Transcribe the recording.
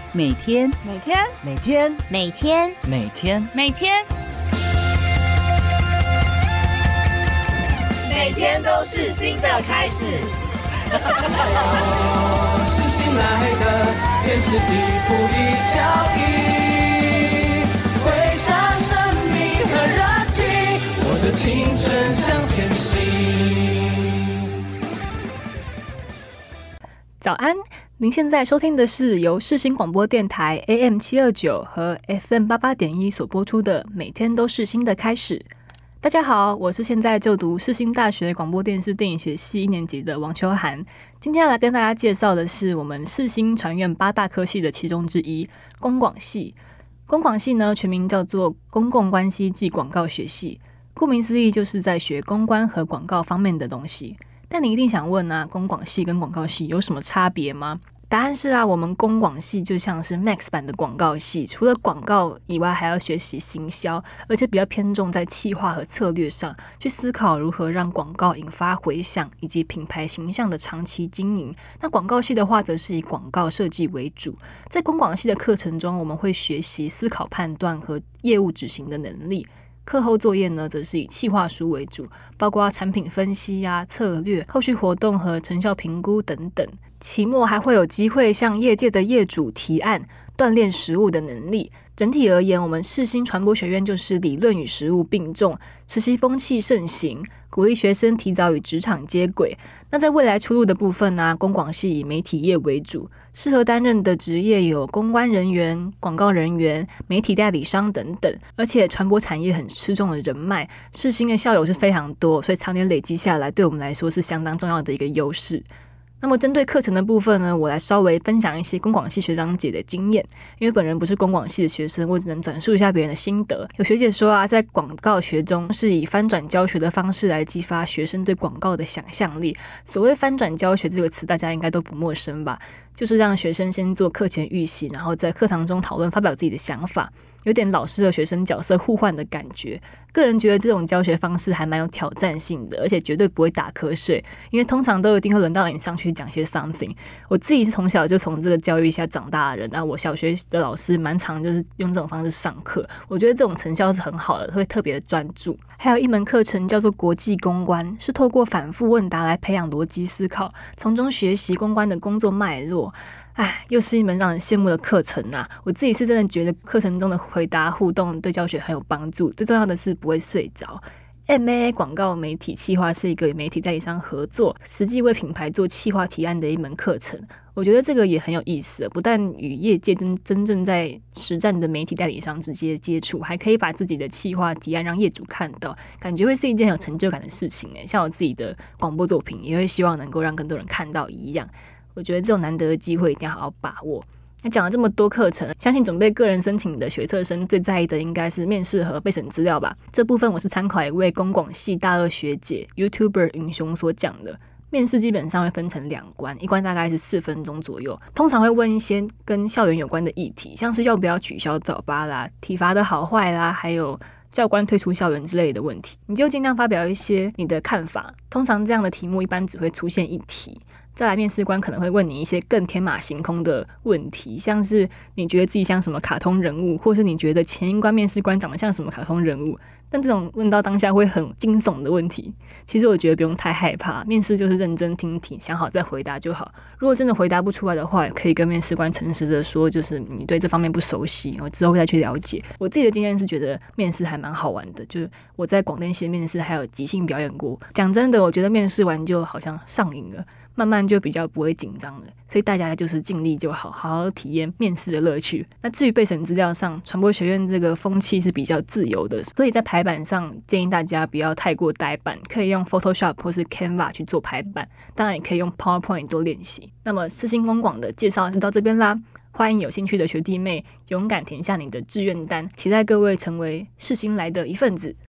每天都是新的开始。 是新来的，坚持一步一脚印，挥洒生命和热情，我的青春向前行。 早安，您现在收听的是由世新广播电台 AM729 和 FM88.1 所播出的《每天都是新的开始》。大家好，我是现在就读世新大学广播电视电影学系1年级的王秋涵。今天要来跟大家介绍的是我们世新传院8大科系的其中之一——公广系。公广系呢，全名叫做公共关系暨广告学系，顾名思义，就是在学公关和广告方面的东西。但你一定想问啊，公广系跟广告系有什么差别吗？答案是啊，我们公广系就像是 Max 版的广告系，除了广告以外，还要学习行销，而且比较偏重在企划和策略上，去思考如何让广告引发回响，以及品牌形象的长期经营。那广告系的话，则是以广告设计为主。在公广系的课程中，我们会学习思考判断和业务执行的能力。课后作业呢，则是以企划书为主，包括产品分析啊、策略、后续活动和成效评估等等。期末还会有机会向业界的业主提案，锻炼实务的能力。整体而言，我们世新传播学院就是理论与实务并重，实习风气盛行，鼓励学生提早与职场接轨。那在未来出路的部分呢，公广系以媒体业为主，适合担任的职业有公关人员、广告人员、媒体代理商等等。而且传播产业很吃重的人脉，世新的校友是非常多，所以常年累积下来，对我们来说是相当重要的一个优势。那么针对课程的部分呢，我来稍微分享一些公广系学长姐的经验。因为本人不是公广系的学生，我只能转述一下别人的心得。有学姐说啊，在广告学中是以翻转教学的方式来激发学生对广告的想象力。所谓翻转教学这个词，大家应该都不陌生吧？就是让学生先做课前预习，然后在课堂中讨论发表自己的想法，有点老师和学生角色互换的感觉。个人觉得这种教学方式还蛮有挑战性的，而且绝对不会打瞌睡，因为通常都一定会轮到你上去讲些 something。 我自己是从小就从这个教育下长大的人，那我小学的老师蛮常就是用这种方式上课，我觉得这种成效是很好的，会特别的专注。还有一门课程叫做国际公关，是透过反复问答来培养逻辑思考，从中学习公关的工作脉络。又是一门让人羡慕的课程啊！我自己是真的觉得课程中的回答互动对教学很有帮助，最重要的是不会睡着。MAA 广告媒体企划是一个与媒体代理商合作，实际为品牌做企划提案的一门课程。我觉得这个也很有意思，不但与业界跟真正在实战的媒体代理商直接接触，还可以把自己的企划提案让业主看到，感觉会是一件很有成就感的事情。像我自己的广播作品，也会希望能够让更多人看到一样。我觉得这种难得的机会一定要好好把握。那讲了这么多课程，相信准备个人申请的学测生最在意的应该是面试和备审资料吧。这部分我是参考一位公广系大2学姐 YouTuber 云雄所讲的。面试基本上会分成2关，一关大概是4分钟左右，通常会问一些跟校园有关的议题，像是要不要取消早八啦、体罚的好坏啦，还有教官退出校园之类的问题。你就尽量发表一些你的看法，通常这样的题目一般只会出现1题。再来，面试官可能会问你一些更天马行空的问题，像是你觉得自己像什么卡通人物，或是你觉得前一关面试官长得像什么卡通人物。但这种问到当下会很惊悚的问题，其实我觉得不用太害怕，面试就是认真听题，想好再回答就好。如果真的回答不出来的话，可以跟面试官诚实的说，就是你对这方面不熟悉，我之后会再去了解。我自己的经验是觉得面试还蛮好玩的，就是我在广电系的面试还有即兴表演过。讲真的，我觉得面试完就好像上瘾了，慢慢就比较不会紧张了，所以大家就是尽力就好，好好体验面试的乐趣。那至于备审资料上，传播学院这个风气是比较自由的，所以在排版上建议大家不要太过呆板，可以用 Photoshop 或是 Canva 去做排版，当然也可以用 PowerPoint 做练习。那么世新公广的介绍就到这边啦，欢迎有兴趣的学弟妹勇敢填下你的志愿单，期待各位成为世新来的一份子。